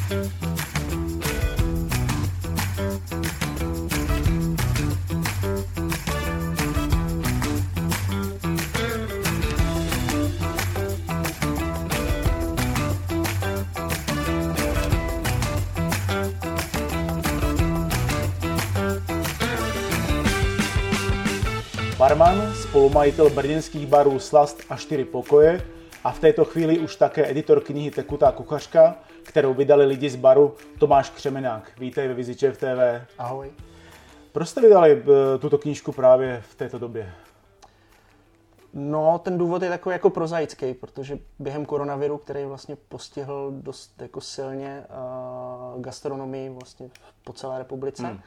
Barman, spolumajitel brněnských barů Slast a 4 pokoje a v této chvíli už také editor knihy Tekutá kuchařka, kterou vydali lidi z baru, Tomáš Křemenák. Vítej ve Vizi ČEF TV. Ahoj. Proč jste vydali tuto knížku právě v této době? No, ten důvod je takový jako prozaický, protože během koronaviru, který vlastně postihl dost jako silně gastronomii vlastně po celé republice,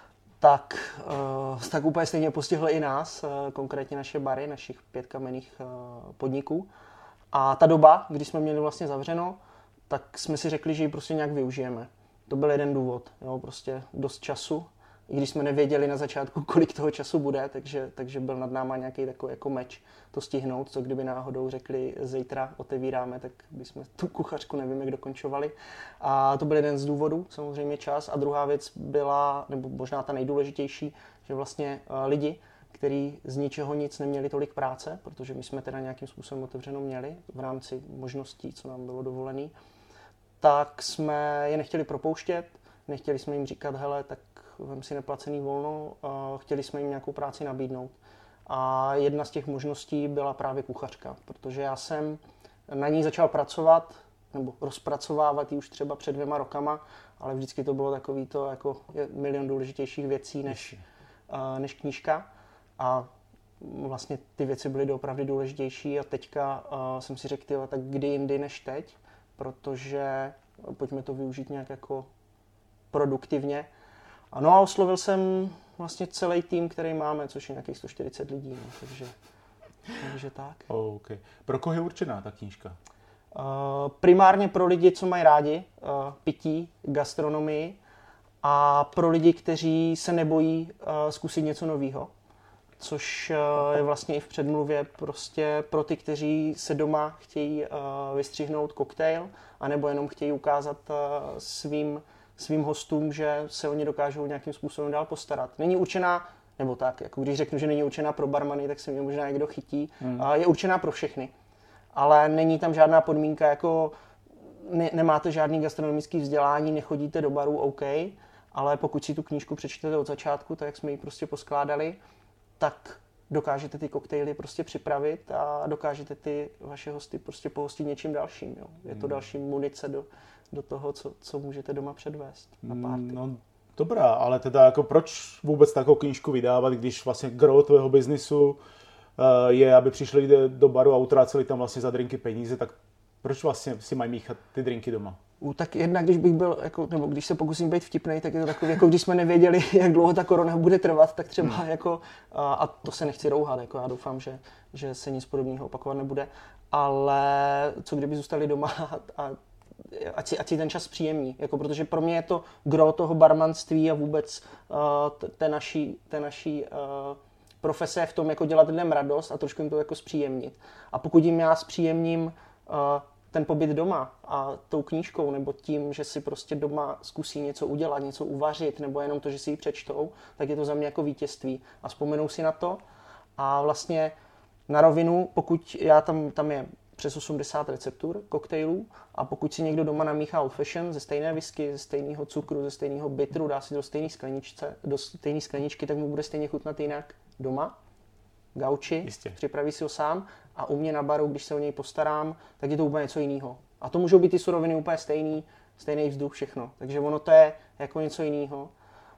tak úplně stejně postihl i nás, konkrétně naše bary, našich 5 kamenných podniků. A ta doba, kdy jsme měli vlastně zavřeno, tak jsme si řekli, že ji prostě nějak využijeme. To byl jeden důvod, jo, prostě dost času. I když jsme nevěděli na začátku, kolik toho času bude, takže byl nad náma nějaký takový jako meč to stihnout, co kdyby náhodou řekli zítra otevíráme, tak bychom tu kuchařku nevím, jak dokončovali. A to byl jeden z důvodů, samozřejmě čas. A druhá věc byla, nebo možná ta nejdůležitější, že vlastně lidi, kteří z ničeho nic neměli tolik práce, protože my jsme teda nějakým způsobem otevřenou měli v rámci možností, co nám bylo dovolené, tak jsme je nechtěli propouštět, nechtěli jsme jim říkat, hele, tak vem si neplacený volno, chtěli jsme jim nějakou práci nabídnout. A jedna z těch možností byla právě kuchařka, protože já jsem na ní začal pracovat, nebo rozpracovávat ji už třeba před 2 rokama, ale vždycky to bylo takový to, jako je milion důležitějších věcí než knížka. A vlastně ty věci byly doopravdy důležitější a teďka jsem si řekl, tak kdy jindy než teď, protože pojďme to využít nějak jako produktivně. No a oslovil jsem vlastně celý tým, který máme, což je nějakých 140 lidí, no, takže tak. Okay. Pro koho je určená ta knížka? Primárně pro lidi, co mají rádi pití, gastronomii a pro lidi, kteří se nebojí zkusit něco nového, což je vlastně i v předmluvě prostě pro ty, kteří se doma chtějí vystřihnout koktejl, anebo jenom chtějí ukázat svým hostům, že se o ně dokážou nějakým způsobem dál postarat. Není určená, nebo tak, jako když řeknu, že není určená pro barmany, tak se mě možná někdo chytí. Je určená pro všechny. Ale není tam žádná podmínka, jako nemáte žádný gastronomický vzdělání, nechodíte do baru, OK, ale pokud si tu knížku přečtete od začátku, tak jak jsme ji prostě poskládali, tak dokážete ty koktejly prostě připravit a dokážete ty vaše hosty prostě pohostit něčím dalším. Jo. Je to další munice do toho, co můžete doma předvést na party. No dobrá, ale teda jako proč vůbec takovou knížku vydávat, když vlastně gro tvého biznisu je, aby přišli do baru a utráceli tam vlastně za drinky peníze, tak proč vlastně si mají míchat ty drinky doma? Tak jednak, když bych byl, jako, nebo když se pokusím být vtipnej, tak je to takový, jako když jsme nevěděli, jak dlouho ta korona bude trvat, tak třeba jako, a to se nechci rouhat, jako já doufám, že se nic podobného opakovat nebude, ale co kdyby zůstali doma a ať si ten čas příjemní, jako, protože pro mě je to gro toho barmanství a vůbec té naší profese v tom, jako dělat lidem radost a trošku jim to jako zpříjemnit. A pokud jim já zpříjemním ten pobyt doma a tou knížkou, nebo tím, že si prostě doma zkusí něco udělat, něco uvařit, nebo jenom to, že si ji přečtou, tak je to za mě jako vítězství. A vzpomenou si na to a vlastně na rovinu, pokud tam je přes 80 receptur koktejlů a pokud si někdo doma namíchá old fashion ze stejné whisky, ze stejného cukru, ze stejného bitru, dá si do stejné skleničky, tak mu bude stejně chutnat jinak doma, gauči, Jistě. Připraví si ho sám a u mě na baru, když se o něj postarám, tak je to úplně něco jiného. A to můžou být ty suroviny úplně stejný vzduch, všechno. Takže ono to je jako něco jiného.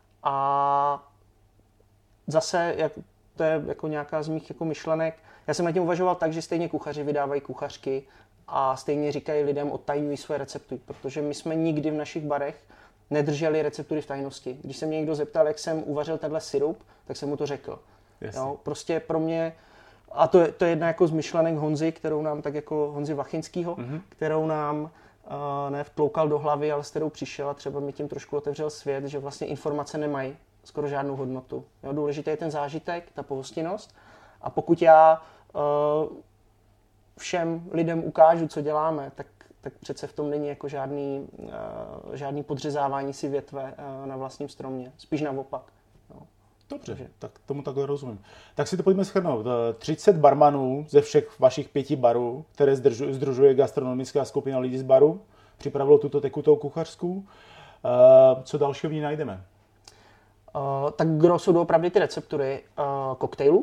A zase, to je jako nějaká z mých jako myšlenek. Já jsem nad tím uvažoval tak, že stejně kuchaři vydávají kuchařky a stejně říkají lidem, odtajňují své recepty, protože my jsme nikdy v našich barech nedrželi receptury v tajnosti. Když se mě někdo zeptal, jak jsem uvařil tenhle sirup, tak jsem mu to řekl. Jo, prostě pro mě, a to je jedna jako z myšlenek Honzy, kterou nám tak jako Honzy Vachinskýho, kterou nám nevtloukal do hlavy, ale s kterou přišel a třeba mi tím trošku otevřel svět, že vlastně informace nemají skoro žádnou hodnotu. Jo, důležitý je ten zážitek, ta pohostinnost. A pokud já všem lidem ukážu, co děláme, tak tak přece v tom není jako žádný podřezávání si větve na vlastním stromě. Spíš naopak. No. Dobře, tak tomu takhle rozumím. Tak si to pojďme shrnout. 30 barmanů ze všech vašich 5 barů, které sdružuje gastronomická skupina lidí z baru, připravilo tuto tekutou kuchařskou. Co dalšího v ní najdeme? Tak kdo jsou doopravdy ty receptury koktejlu.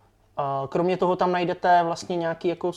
Kromě toho tam najdete vlastně nějaký jako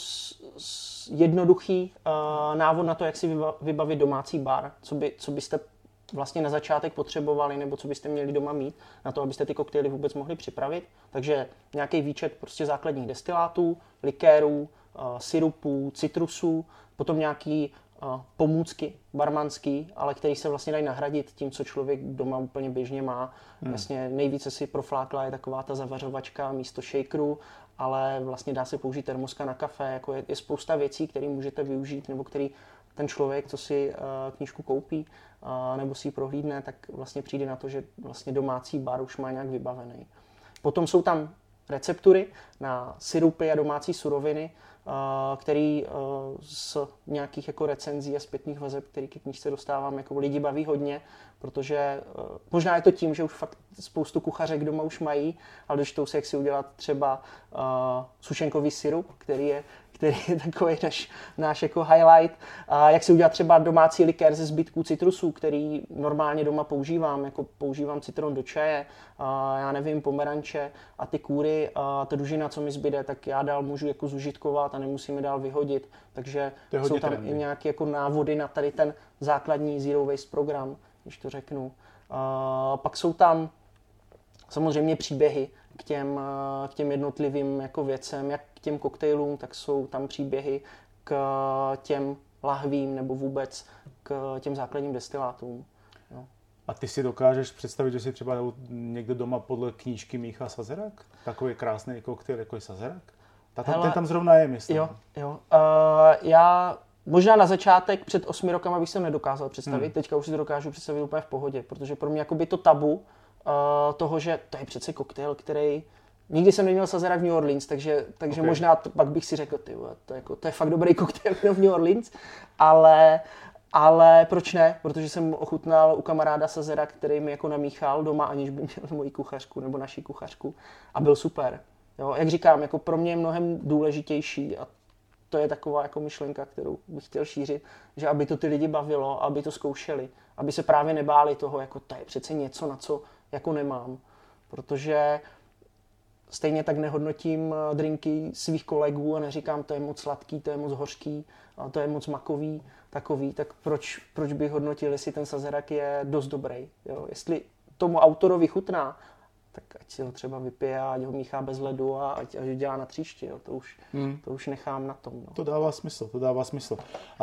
jednoduchý návod na to, jak si vybavit domácí bar, co byste vlastně na začátek potřebovali, nebo co byste měli doma mít, na to, abyste ty koktejly vůbec mohli připravit. Takže nějaký výčet prostě základních destilátů, likérů, syrupů, citrusů, potom nějaký pomůcky barmanský, ale který se vlastně dají nahradit tím, co člověk doma úplně běžně má. Vlastně nejvíce si proflákla je taková ta zavařovačka místo shakerů, ale vlastně dá se použít termoska na kafe, jako je spousta věcí, které můžete využít, nebo který ten člověk, co si knížku koupí, nebo si ji prohlídne, tak vlastně přijde na to, že vlastně domácí bar už má nějak vybavený. Potom jsou tam receptury na syrupy a domácí suroviny, který z nějakých jako recenzí a zpětných vazeb, který ke knížce dostávám, jako lidi baví hodně, protože možná je to tím, že už fakt spoustu kuchařek doma už mají, ale dočtou se, jak si udělat třeba sušenkový syrup, který je takový náš jako highlight. Jak si udělat třeba domácí likér ze zbytků citrusů, který normálně doma používám, jako používám citron do čaje, já nevím, pomeranče a ty kůry, ta dužina, co mi zbyde, tak já dál můžu jako zužitkovat a nemusíme dál vyhodit. Takže jsou tam i nějaké jako návody na tady ten základní zero waste program, když to řeknu. Pak jsou tam samozřejmě příběhy k těm jednotlivým jako věcem, jak k těm koktejlům, tak jsou tam příběhy k těm lahvím nebo vůbec k těm základním destilátům. No. A ty si dokážeš představit, že si třeba někdo doma podle knížky míchá sazerac? Takový krásný koktejl, jako je sazerac? Ten tam zrovna je, myslím. Jo. Já možná na začátek před 8 rokama bych se nedokázal představit, teďka už si to dokážu představit úplně v pohodě, protože pro mě jakoby to tabu toho, že to je přece koktejl, který nikdy jsem neměl sazerac v New Orleans, takže okay. Možná pak bych si řekl, to je fakt dobrý koktejl v New Orleans, ale proč ne? Protože jsem ochutnal u kamaráda sazerac, který mi jako namíchal doma, aniž by měl moji kuchařku nebo naši kuchařku a byl super. Jo, jak říkám, jako pro mě je mnohem důležitější a to je taková jako myšlenka, kterou bych chtěl šířit, že aby to ty lidi bavilo, aby to zkoušeli, aby se právě nebáli toho, jako to je přece něco, na co jako nemám. Protože stejně tak nehodnotím drinky svých kolegů a neříkám, to je moc sladký, to je moc hořký, to je moc makový, takový, tak proč bych hodnotil, jestli ten sazerac je dost dobrý. Jo? Jestli tomu autorovi chutná, tak ať si ho třeba vypije a ať ho míchá bez ledu a ať dělá na tříště. Jo? To už nechám na tom. No. To dává smysl.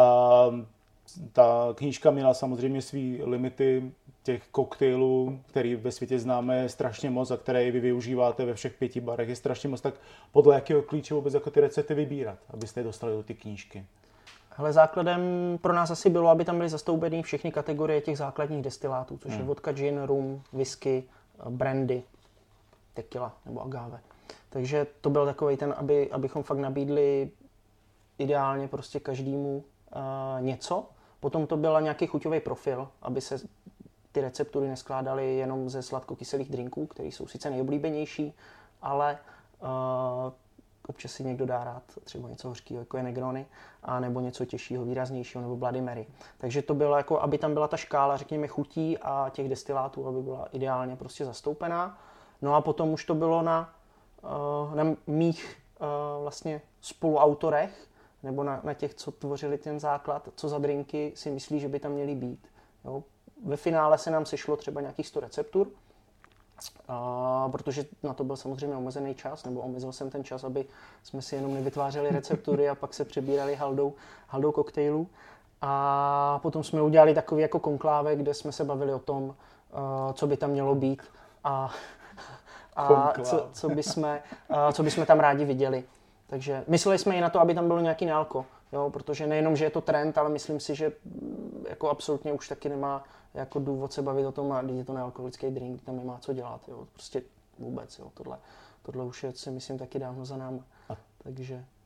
Ta knížka měla samozřejmě svý limity těch koktejlů, který ve světě známe je strašně moc a které vy využíváte ve všech 5 barech, je strašně moc. Tak podle jakého klíče vůbec jako ty recepty vybírat, abyste je dostali do ty knížky? Hele, základem pro nás asi bylo, aby tam byly zastoupeny všechny kategorie těch základních destilátů, což je vodka, gin, rum, whisky, brandy, tequila nebo agave. Takže to byl takový ten, abychom fakt nabídli ideálně prostě každému něco. Potom to byl nějaký chuťový profil, aby se ty receptury neskládaly jenom ze sladkokyselých drinků, které jsou sice nejoblíbenější, ale občas si někdo dá rád třeba něco hořkého, jako je Negrony, a nebo něco těžšího, výraznějšího, nebo Bloody Mary. Takže to bylo jako, aby tam byla ta škála, řekněme, chutí a těch destilátů, aby byla ideálně prostě zastoupená. No a potom už to bylo na mých vlastně spoluautorech, nebo na těch, co tvořili ten základ, co za drinky si myslí, že by tam měly být. Jo. Ve finále se nám sešlo třeba nějakých 100 receptur, protože na to byl samozřejmě omezený čas, nebo omezil jsem ten čas, aby jsme si jenom nevytvářeli receptury a pak se přebírali haldou koktejlů. A potom jsme udělali takový jako konkláve, kde jsme se bavili o tom, co by tam mělo být a co bychom tam rádi viděli. Takže mysleli jsme i na to, aby tam bylo nějaký nealko, jo, protože nejenom, že je to trend, ale myslím si, že jako absolutně už taky nemá jako důvod se bavit o tom, a když je to nealkoholický drink, tam nemá co dělat, jo, prostě vůbec, jo, tohle už je, si myslím, taky dávno za námi. Takže...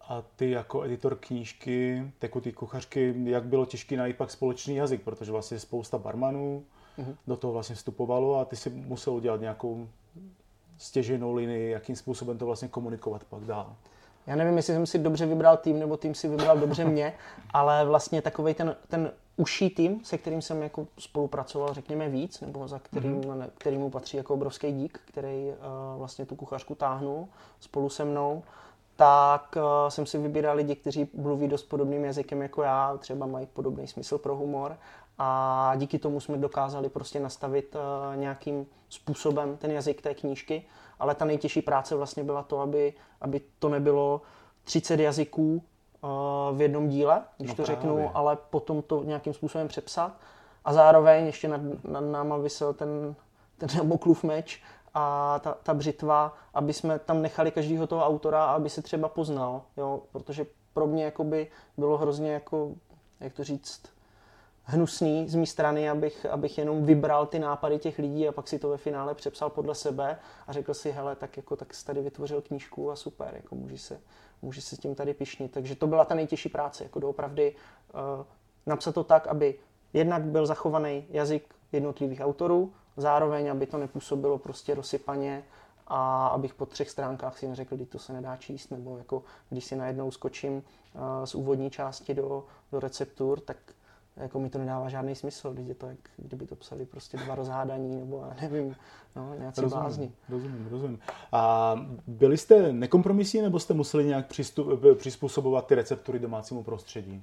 A ty jako editor knížky, jako ty kuchařky, jak bylo těžké najít pak společný jazyk, protože vlastně spousta barmanů do toho vlastně vstupovalo a ty si musel udělat nějakou stěžejnou linii, jakým způsobem to vlastně komunikovat pak dál. Já nevím, jestli jsem si dobře vybral tým, nebo tým si vybral dobře mě, ale vlastně takovej ten užší tým, se kterým jsem jako spolupracoval, řekněme víc, nebo za kterýmu patří jako obrovský dík, který vlastně tu kuchařku táhnul spolu se mnou, tak jsem si vybíral lidi, kteří mluví dost podobným jazykem jako já, třeba mají podobný smysl pro humor a díky tomu jsme dokázali prostě nastavit nějakým způsobem ten jazyk té knížky, ale ta nejtěžší práce vlastně byla to, aby to nebylo 30 jazyků v jednom díle, když to řeknu, ale potom to nějakým způsobem přepsat a zároveň ještě nad náma visel ten Damoklův meč a ta břitva, aby jsme tam nechali každého toho autora, aby se třeba poznal, jo? Protože pro mě jakoby bylo hrozně jako, jak to říct, hnusný z mé strany, abych jenom vybral ty nápady těch lidí a pak si to ve finále přepsal podle sebe a řekl si, hele, tak jsi tady vytvořil knížku a super, jako můžeš se s tím tady pyšnit. Takže to byla ta nejtěžší práce, jako doopravdy napsat to tak, aby jednak byl zachovaný jazyk jednotlivých autorů, zároveň, aby to nepůsobilo prostě rozsypaně a abych po 3 stránkách si neřekl, že to se nedá číst, nebo jako když si najednou skočím z úvodní části do receptur, tak jako mi to nedává žádný smysl, když je to, jak kdyby to psali prostě 2 rozhádaní, nebo já nevím, no, nějací blázni. Rozumím. A byli jste nekompromisní, nebo jste museli nějak přizpůsobovat ty receptury domácímu prostředí?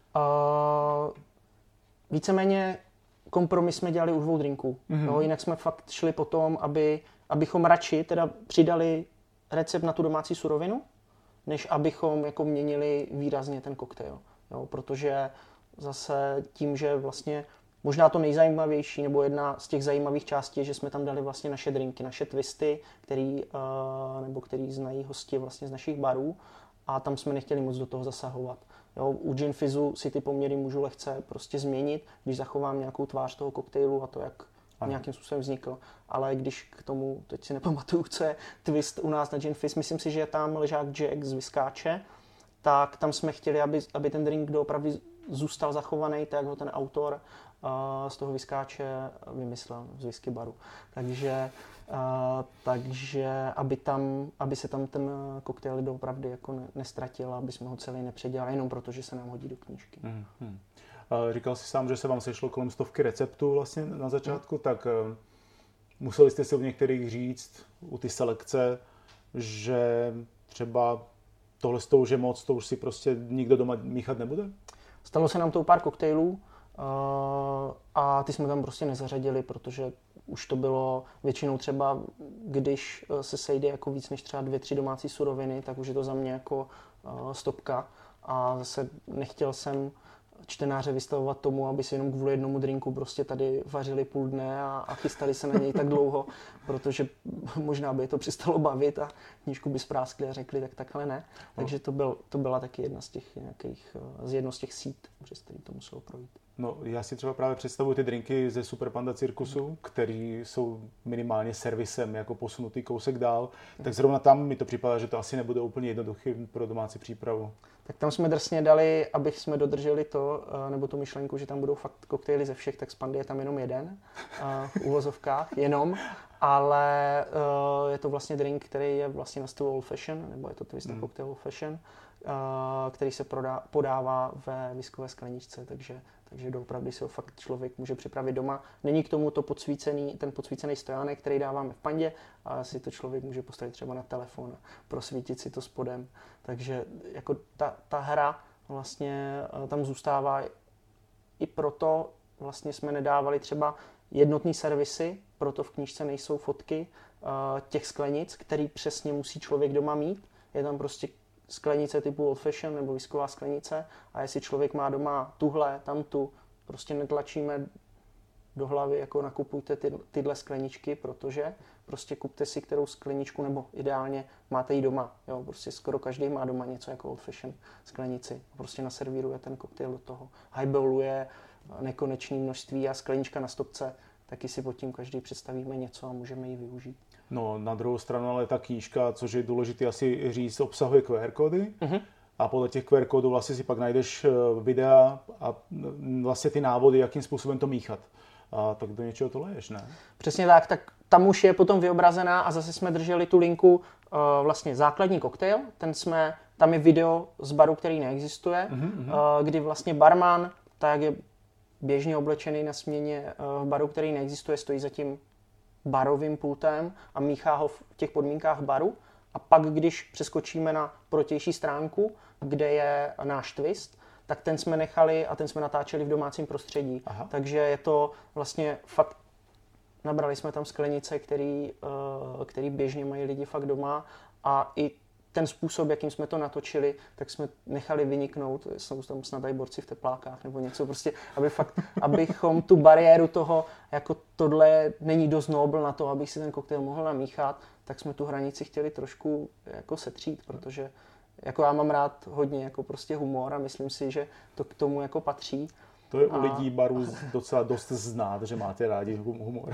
Víceméně kompromis jsme dělali u 2 drinků. No, jinak jsme fakt šli po tom, abychom radši teda přidali recept na tu domácí surovinu, než abychom jako měnili výrazně ten koktejl. Jo, protože zase tím, že vlastně možná to nejzajímavější, nebo jedna z těch zajímavých částí je, že jsme tam dali vlastně naše drinky, naše twisty, který znají hosti vlastně z našich barů a tam jsme nechtěli moc do toho zasahovat. Jo, u Gin Fizzu si ty poměry můžu lehce prostě změnit, když zachovám nějakou tvář toho koktejlu a to, jak nějakým způsobem vznikl. Ale když k tomu, teď si nepamatuju, co je twist u nás na Gin Fizz, myslím si, že je tam ležák Jack z Viskáče, tak tam jsme chtěli, aby ten drink doopravdy zůstal zachovaný, tak jak ho ten autor z toho Viskáče vymyslel z whisky baru. Takže aby se tam ten koktejl doopravdy jako nestratil, aby jsme ho celý nepředělali, jenom proto, že se nám hodí do knížky. Říkal jsi sám, že se vám sešlo kolem 100 receptů vlastně na začátku, tak museli jste si u některých říct, u ty selekce, že třeba tohle už je moc, to už si prostě nikdo doma míchat nebude? Stalo se nám to u pár koktejlů a ty jsme tam prostě nezařadili, protože už to bylo většinou třeba, když se sejde jako víc než třeba 2-3 domácí suroviny, tak už je to za mě jako stopka a zase nechtěl jsem čtenáře vystavovat tomu, aby si jenom kvůli jednomu drinku prostě tady vařili půl dne a chystali se na něj tak dlouho, protože možná by je to přestalo bavit a knížku by spráskli a řekli, tak takhle ne. Takže to byla taky jedna z těch jedno z těch sít, přes který to muselo projít. No, já si třeba právě představuji ty drinky ze Super Panda cirkusu, který jsou minimálně servisem jako posunutý kousek dál, tak zrovna tam mi to připadá, že to asi nebude úplně jednoduchý pro domácí přípravu. Tak tam jsme drsně dali, abych jsme dodrželi to, nebo tu myšlenku, že tam budou fakt koktejly ze všech, tak z Pandy je tam jenom jeden v uvozovkách, jenom, ale je to vlastně drink, který je vlastně na stylu Old Fashion, nebo je to twist na koktejl Old Fashion, který se podává ve whiskové skleničce, takže doopravdy si ho fakt člověk může připravit doma. Není k tomu ten podsvícený stojánek, který dáváme v Pandě, ale si to člověk může postavit třeba na telefon a prosvítit si to spodem. Takže jako ta hra vlastně tam zůstává i proto vlastně jsme nedávali třeba jednotný servisy, proto v knížce nejsou fotky těch sklenic, který přesně musí člověk doma mít. Je tam prostě sklenice typu Old Fashion nebo whisková sklenice a jestli člověk má doma tuhle, tamtu, prostě netlačíme do hlavy, jako nakupujte tyhle skleničky, protože prostě kupte si kterou skleničku, nebo ideálně máte ji doma. Jo, prostě skoro každý má doma něco jako Old Fashion sklenici. Prostě naservíruje ten koktejl do toho. Highballuje nekonečné množství a sklenička na stopce, taky si pod tím každý představíme něco a můžeme ji využít. No, na druhou stranu ale ta knížka, což je důležité asi říct, obsahuje QR kódy. a podle těch QR kódů vlastně si pak najdeš videa a vlastně ty návody, jakým způsobem to míchat. A tak do něčeho to leješ, ne? Přesně tak tam už je potom vyobrazená a zase jsme drželi tu linku vlastně základní koktejl, tam je video z baru, který neexistuje, kdy vlastně barman, tak je běžně oblečený na směně v baru, který neexistuje, stojí za tím barovým pultem a míchá ho v těch podmínkách baru. A pak, když přeskočíme na protější stránku, kde je náš twist, tak ten jsme nechali a ten jsme natáčeli v domácím prostředí. Aha. Takže je to vlastně fakt, nabrali jsme tam sklenice, který běžně mají lidi fakt doma a i ten způsob, jakým jsme to natočili, tak jsme nechali vyniknout, jsou tam snad i borci v teplákách nebo něco, prostě, abychom tu bariéru toho, jako tohle není dost nobl na to, abych si ten koktejl mohl namíchat, tak jsme tu hranici chtěli trošku jako setřít, protože jako já mám rád hodně jako prostě humor a myslím si, že to k tomu jako patří. To je u lidí baru docela dost znát, že máte rádi humor.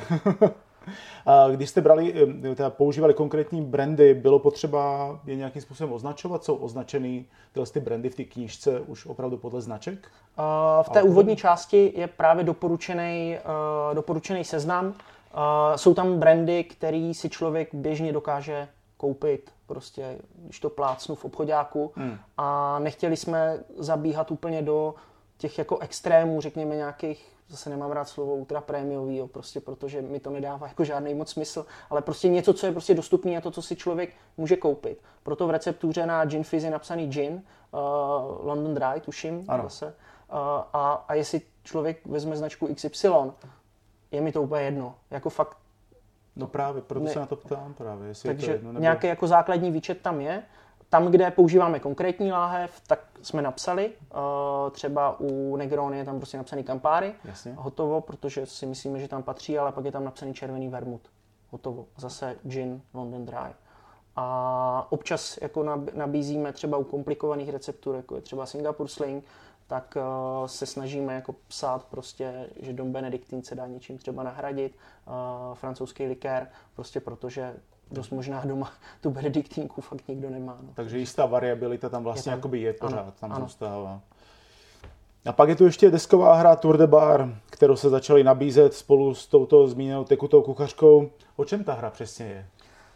A když jste používali konkrétní brandy, bylo potřeba je nějakým způsobem označovat? Jsou označený ty brandy v té knížce už opravdu podle značek? V té úvodní části je právě doporučený seznam. Jsou tam brandy, který si člověk běžně dokáže koupit, prostě, když to plácnu v obchoďáku. A nechtěli jsme zabíhat úplně do těch jako extrémů, řekněme nějakých, zase nemám rád slovo ultra prémiový, prostě protože mi to nedává jako žádný moc smysl, ale prostě něco, co je prostě dostupný a to, co si člověk může koupit. Proto v receptuře na Gin Fizz je napsaný gin, London Dry, tuším, zase. A jestli člověk vezme značku XY, je mi to úplně jedno. Jako fakt. No právě, proto se na to ptám právě. Takže je to jedno, nebo... nějaký jako základní výčet tam je. Tam, kde používáme konkrétní láhev, tak jsme napsali, třeba u Negrony je tam prostě napsaný Campari, jasně, hotovo, protože si myslíme, že tam patří, ale pak je tam napsaný červený vermut, hotovo, zase gin London Dry. A občas jako nabízíme třeba u komplikovaných receptur, jako je třeba Singapore Sling, tak se snažíme jako psát prostě, že Dom Benediktín se dá něčím třeba nahradit, francouzský likér, prostě protože dost možná doma tu benediktínku fakt nikdo nemá. No. Takže jistá variabilita tam vlastně je jakoby je pořád, ano, tam ano. zůstává. A pak je tu ještě desková hra Tour de Bar, kterou se začali nabízet spolu s touto zmíněnou tekutou kuchařkou. O čem ta hra přesně je?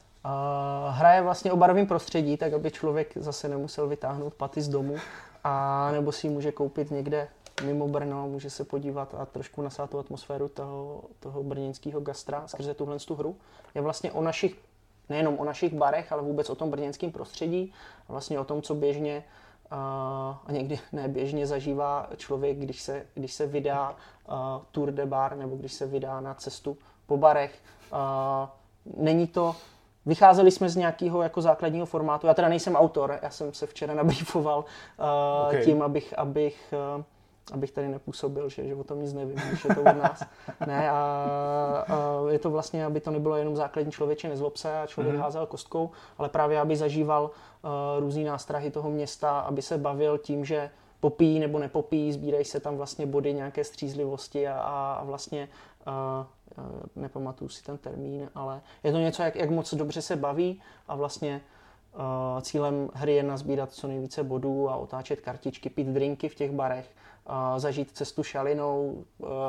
Hra je vlastně o barovém prostředí, tak aby člověk zase nemusel vytáhnout paty z domu, a nebo si ji může koupit někde mimo Brno, může se podívat a trošku nasát tu atmosféru toho brněnského gastra skrze tuhle hru. Je vlastně o našich, nejenom o našich barech, ale vůbec o tom brněnském prostředí, vlastně o tom, co běžně a někdy neběžně zažívá člověk, když se vydá Tour de Bar nebo když se vydá na cestu po barech. Není to, vycházeli jsme z nějakého jako základního formátu, já teda nejsem autor, já jsem se včera nabriefoval tím, abych tady nepůsobil, že o tom nic nevím, když je to od nás. Ne, a je to vlastně, aby to nebylo jenom základní člověče, nezlob se a člověk házel kostkou, ale právě aby zažíval různý nástrahy toho města, aby se bavil tím, že popíjí nebo nepopíjí, sbírají se tam vlastně body nějaké střízlivosti a vlastně nepamatuju si ten termín, ale je to něco, jak moc dobře se baví a vlastně cílem hry je nazbírat co nejvíce bodů a otáčet kartičky, pít drinky v těch barech, zažít cestu šalinou,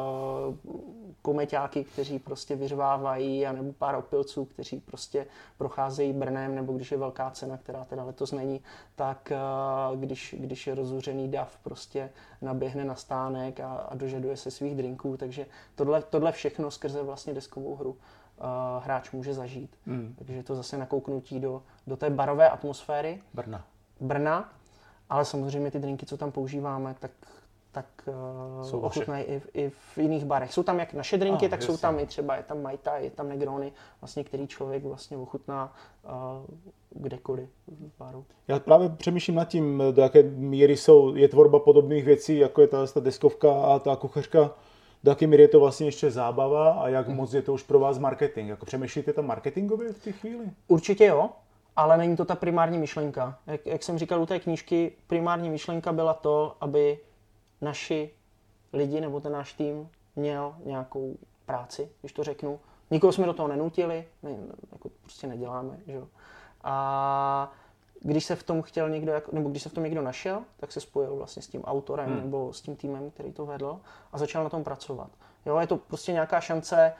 komeťáky, kteří prostě vyřvávají, anebo pár opilců, kteří prostě procházejí Brnem, nebo když je velká cena, která teda letos není, tak když je rozuřený dav, prostě naběhne na stánek a dožaduje se svých drinků, takže tohle všechno skrze vlastně deskovou hru hráč může zažít. Takže je to zase nakouknutí do té barové atmosféry Brna, ale samozřejmě ty drinky, co tam používáme, tak ochutnají i v jiných barech. Jsou tam jak naše drinky, tak jasně. Jsou tam i třeba, je tam Mai Tai, je tam Negrony, vlastně, který člověk vlastně ochutná kdekoliv v baru. Já právě přemýšlím nad tím, do jaké míry je tvorba podobných věcí, jako je ta deskovka a ta kuchařka, do jaké míry je to vlastně ještě zábava a jak moc je to už pro vás marketing. Jako přemýšlíte tam marketingově v té chvíli? Určitě jo, ale není to ta primární myšlenka. Jak jsem říkal u té knížky, primární myšlenka byla to, aby naši lidi nebo ten náš tým měl nějakou práci, když to řeknu. Nikoho jsme do toho nenutili, jako prostě neděláme. Že? A když se v tom chtěl někdo, nebo když se v tom někdo našel, tak se spojil vlastně s tím autorem nebo s tím týmem, který to vedl a začal na tom pracovat. Jo, je to prostě nějaká šance,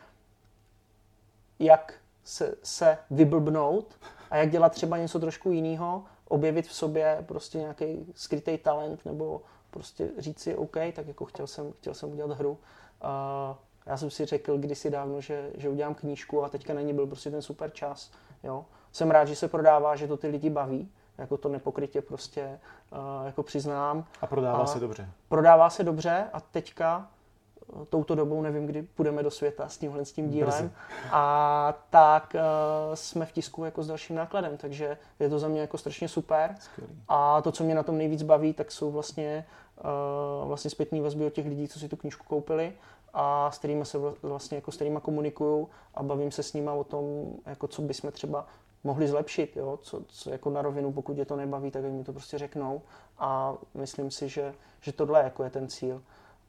jak se vyblbnout a jak dělat třeba něco trošku jiného, objevit v sobě prostě nějaký skrytý talent nebo prostě říct si OK, tak jako chtěl jsem udělat hru. Já jsem si řekl kdysi dávno, že udělám knížku a teďka na ní byl prostě ten super čas. Jo. Jsem rád, že se prodává, že to ty lidi baví, jako to nepokrytě prostě jako přiznám. A prodává se dobře. Prodává se dobře a teďka touto dobou, nevím, kdy půjdeme do světa s tím dílem. Brzy. A tak jsme v tisku jako s dalším nákladem, takže je to za mě jako strašně super. Skvělý. A to, co mě na tom nejvíc baví, tak jsou vlastně zpětné vazby od těch lidí, co si tu knížku koupili a s kterými se vlastně jako s kterýma komunikuju a bavím se s nima o tom, jako co bychom třeba mohli zlepšit, jo? Co jako na rovinu, pokud je to nebaví, tak mi to prostě řeknou a myslím si, že tohle jako je ten cíl.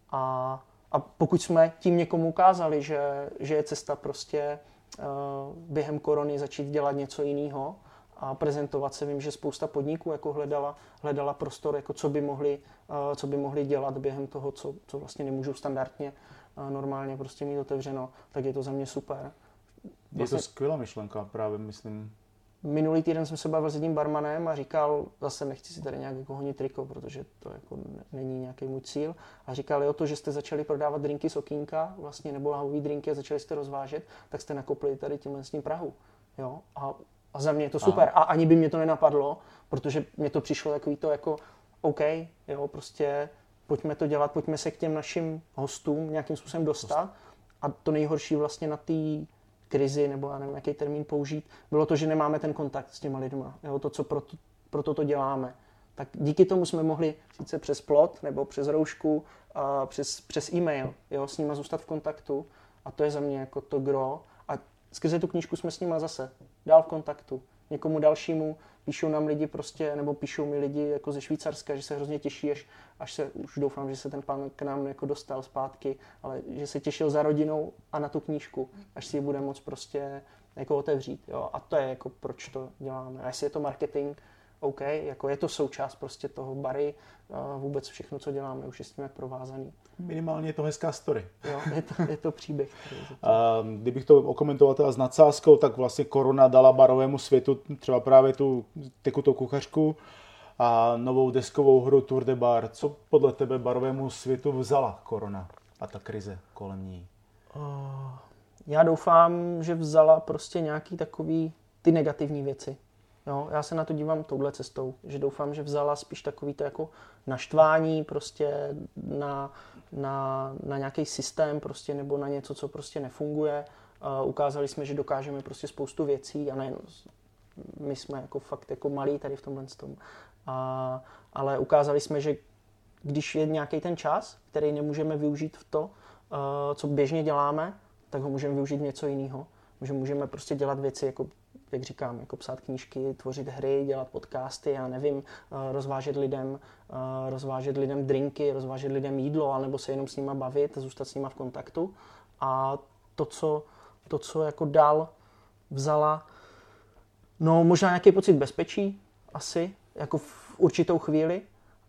A pokud jsme tím někomu ukázali, že je cesta prostě během korony začít dělat něco jiného a prezentovat se, vím, že spousta podniků jako hledala prostor, jako co by mohli dělat během toho, co vlastně nemůžou standardně normálně prostě mít otevřeno, tak je to za mě super. Vlastně, je to skvělá myšlenka, právě myslím. Minulý týden jsem se bavil s jedním barmanem a říkal, zase nechci si tady nějak jako honit triko, protože to jako není nějaký můj cíl. A říkal, jo, to, že jste začali prodávat drinky z okýnka, vlastně, nebo lahvový drinky a začali jste rozvážet, tak jste nakopli tady tímhle s tím Prahu. Jo? A za mě je to super. A ani by mě to nenapadlo, protože mě to přišlo takový to jako OK, jo, prostě pojďme to dělat, pojďme se k těm našim hostům nějakým způsobem dostat. A to nejhorší vlastně na té krizi, nebo já nevím, jaký termín použít, bylo to, že nemáme ten kontakt s těma lidma. Jo, to, co proto to děláme. Tak díky tomu jsme mohli sice přes plot, nebo přes roušku, přes e-mail, jo, s nima zůstat v kontaktu. A to je za mě jako to gro. A skrze tu knížku jsme s nima zase dál v kontaktu. Někomu dalšímu píšou nám lidi prostě, nebo píšou mi lidi jako ze Švýcarska, že se hrozně těší, až se, už doufám, že se ten pán k nám jako dostal zpátky, ale že se těšil za rodinou a na tu knížku, až si ji bude moct prostě jako otevřít. Jo? A to je jako proč to děláme. A jestli je to marketing, OK, jako je to součást prostě toho bary, vůbec všechno, co děláme, už je s tím jak provázaný. Minimálně je to hezká story. Jo, je to příběh. Kdybych to okomentoval teda s nadsázkou, tak vlastně korona dala barovému světu třeba právě tu tekutou kuchařku a novou deskovou hru Tour de Bar. Co podle tebe barovému světu vzala korona a ta krize kolem ní? Já doufám, že vzala prostě nějaký takový ty negativní věci. Jo, já se na to dívám touhle cestou, že doufám, že vzala spíš takový to jako naštvání prostě na nějaký systém prostě nebo na něco, co prostě nefunguje. Ukázali jsme, že dokážeme prostě spoustu věcí a nejen my jsme jako fakt jako malí tady v tomhle tom. Ale ukázali jsme, že když je nějaký ten čas, který nemůžeme využít v to, co běžně děláme, tak ho můžeme využít v něco jiného. Že můžeme prostě dělat věci jako jak říkám, jako psát knížky, tvořit hry, dělat podcasty, já nevím, rozvážet lidem drinky, rozvážet lidem jídlo, anebo se jenom s nima bavit, zůstat s nima v kontaktu. A to, co jako dál vzala, no možná nějaký pocit bezpečí, asi, jako v určitou chvíli,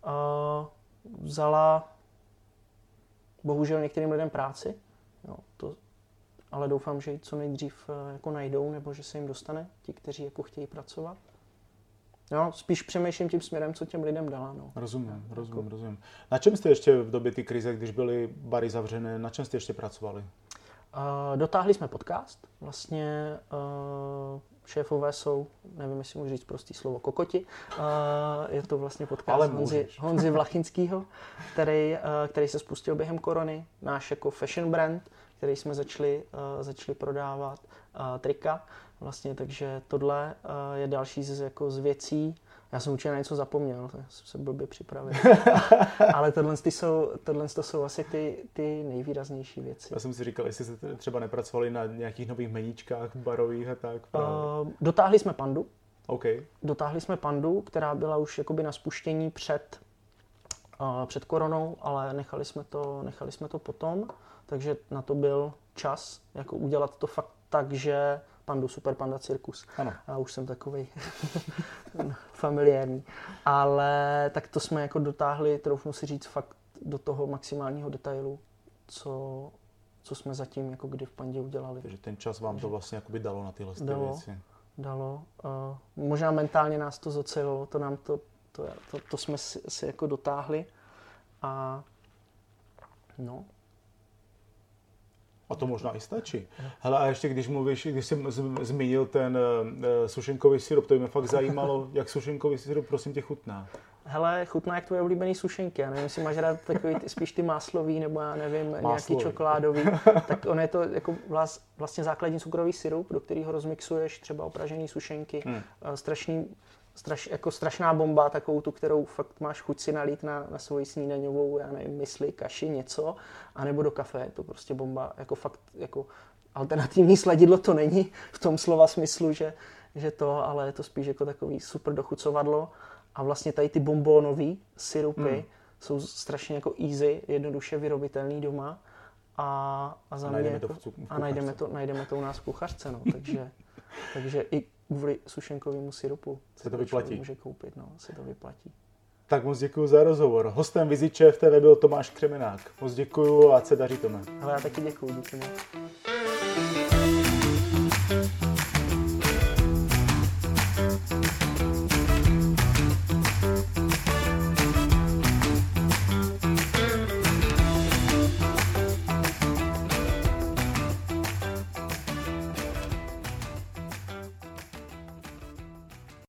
vzala bohužel některým lidem práci, jo, ale doufám, že ji co nejdřív jako najdou, nebo že se jim dostane ti, kteří jako chtějí pracovat. No, spíš přemýšlím tím směrem, co těm lidem dala. No. Rozumím. Na čem jste ještě v době ty krize, když byly bary zavřené, na čem jste ještě pracovali? Dotáhli jsme podcast. Vlastně šéfové jsou, nevím, jestli můžu říct prostý slovo, kokoti. Je to vlastně podcast Honzy Vlachinskýho, který se spustil během korony. Náš jako fashion brand, který jsme začali prodávat trika. Vlastně, takže tohle je další z věcí. Já jsem určitě na něco zapomněl, jsem se blbě připravil. Ale tohle jsou asi ty nejvýraznější věci. Já jsem si říkal, jestli jste třeba nepracovali na nějakých nových meníčkách barových a tak. Dotáhli jsme Pandu. Okay. Dotáhli jsme Pandu, která byla už jakoby na spuštění před koronou, ale nechali jsme to potom. Takže na to byl čas jako udělat to fakt tak, že Pandu, Super Panda Cirkus. Ano. A už jsem takovej familiární. Ale tak to jsme jako dotáhli, troufnu si říct, fakt do toho maximálního detailu, co jsme zatím jako kdy v Pandě udělali. Takže ten čas vám to vlastně jakoby dalo na tyhle věci. Dalo. Možná mentálně nás to zocelilo, to jsme si jako dotáhli. A no. A to možná i stačí. Hele, a ještě když jsi zmínil ten sušenkový syrup, to by mě fakt zajímalo, jak sušenkový syrup prosím tě chutná. Hele, chutná jak tvoje oblíbený sušenky. Já nevím, jestli máš rád takový spíš ty máslový, nebo já nevím, nějaký čokoládový. Tak on je to jako vlastně základní cukrový syrup, do kterého rozmixuješ třeba opražený sušenky. Strašná bomba, takovou tu, kterou fakt máš chuť si nalít na svoji snídaňovou, já nevím, mysli, kaši, něco, anebo do kafe. Je to prostě bomba, jako fakt, jako alternativní sladidlo to není v tom slova smyslu, že to, ale je to spíš jako takový super dochucovadlo. A vlastně tady ty bombónový syrupy jsou strašně jako easy, jednoduše vyrobitelný doma a za mě jako, najdeme to u nás v kuchařce, no, takže i kvůli sušenkovému syrupu se to vyplatí. Může koupit, no, se to vyplatí. Tak moc děkuji za rozhovor. Hostem Visit Chef TV byl Tomáš Křemenák. Moc děkuji a ať se daří, Tome. Ale já taky děkuji, díky moc.